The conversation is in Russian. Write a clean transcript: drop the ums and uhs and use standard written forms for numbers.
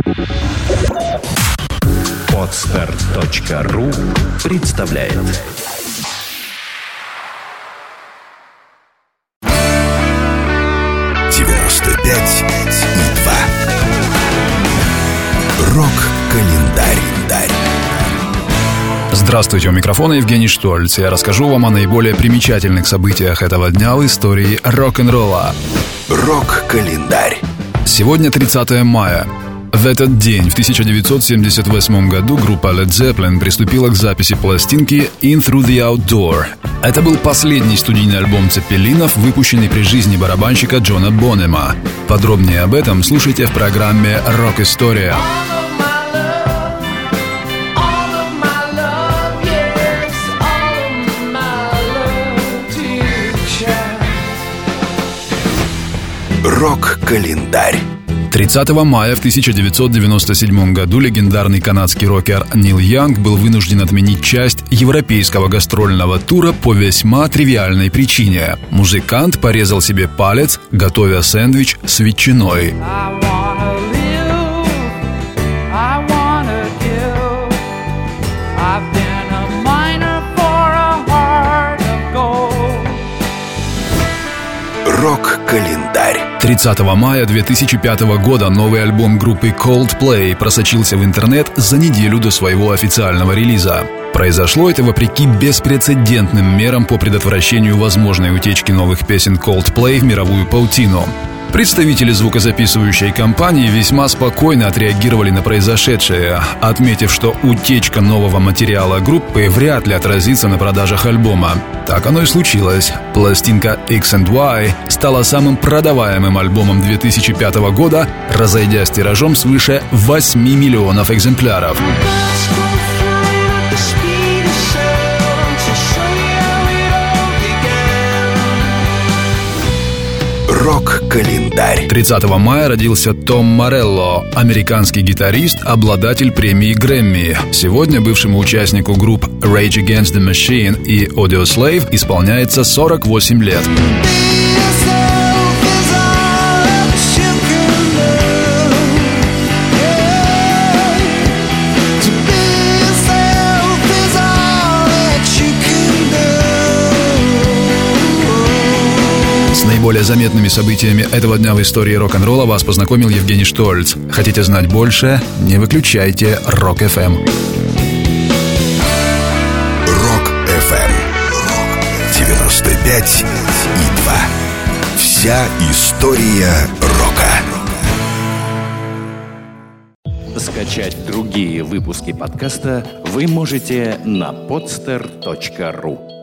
Podster.ru представляет. Рок-календарь. Здравствуйте, у микрофона Евгений Штольц. Я расскажу вам о наиболее примечательных событиях этого дня в истории рок-н-ролла. Рок-календарь. Сегодня 30 мая. В этот день, в 1978 году, группа Led Zeppelin приступила к записи пластинки «In Through the Outdoor». Это был последний студийный альбом Цеппелинов, выпущенный при жизни барабанщика Джона Бонема. Подробнее об этом слушайте в программе «Рок-история». Рок-календарь. 30 мая в 1997 году легендарный канадский рокер Нил Янг был вынужден отменить часть европейского гастрольного тура по весьма тривиальной причине. Музыкант порезал себе палец, готовя сэндвич с ветчиной. Рок-календарь. 30 мая 2005 года новый альбом группы Coldplay просочился в интернет за неделю до своего официального релиза. Произошло это вопреки беспрецедентным мерам по предотвращению возможной утечки новых песен Coldplay в мировую паутину. Представители звукозаписывающей компании весьма спокойно отреагировали на произошедшее, отметив, что утечка нового материала группы вряд ли отразится на продажах альбома. Так оно и случилось. Пластинка X and Y стала самым продаваемым альбомом 2005 года, разойдясь тиражом свыше 8 миллионов экземпляров. Рок-календарь. 30 мая родился Том Морелло, американский гитарист, обладатель премии Грэмми. Сегодня бывшему участнику групп Rage Against the Machine и Audioslave исполняется 48 лет. С наиболее заметными событиями этого дня в истории рок-н-ролла вас познакомил Евгений Штольц. Хотите знать больше? Не выключайте Рок-ФМ. Рок-ФМ 95,2. Вся история рока. Скачать другие выпуски подкаста вы можете на podster.ru.